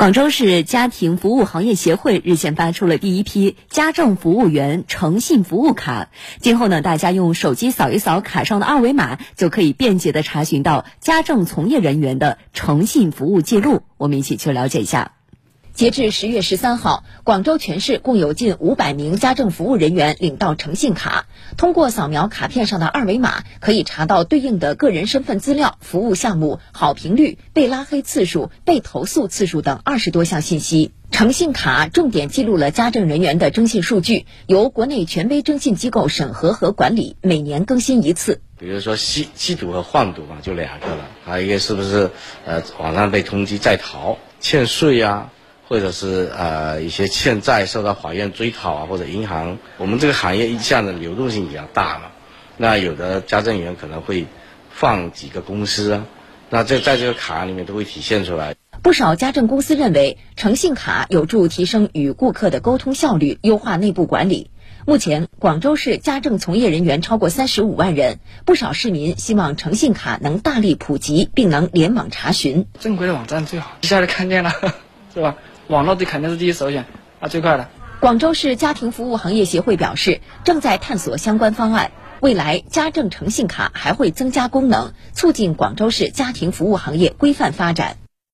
广州市家庭服务行业协会日前发出了第一批家政服务员诚信服务卡。今后呢，大家用手机扫一扫卡上的二维码，就可以便捷地查询到家政从业人员的诚信服务记录。我们一起去了解一下。 截至10月13号，广州全市共有近500名家政服务人员领到诚信卡。通过扫描卡片上的二维码，可以查到对应的个人身份资料、服务项目、好评率、被拉黑次数、被投诉次数等20多项信息。诚信卡重点记录了家政人员的征信数据，由国内权威征信机构审核和管理，每年更新一次。 比如说吸毒和换毒嘛，就2个了。还有一个是不是网上被通缉在逃、欠税啊，或者是一些欠债受到法院追讨啊，或者银行，我们这个行业一向的流动性比较大嘛，那有的家政员可能会放几个公司啊，那在这个卡里面都会体现出来。 不少家政公司认为，诚信卡有助提升与顾客的沟通效率，优化内部管理。目前，广州市家政从业人员超过35万人，不少市民希望诚信卡能大力普及，并能联网查询。 正规的网站最好，一下就看见了，是吧？网络肯定是第一首选，最快的。 广州市家庭服务行业协会表示，正在探索相关方案，未来家政诚信卡还会增加功能，促进广州市家庭服务行业规范发展。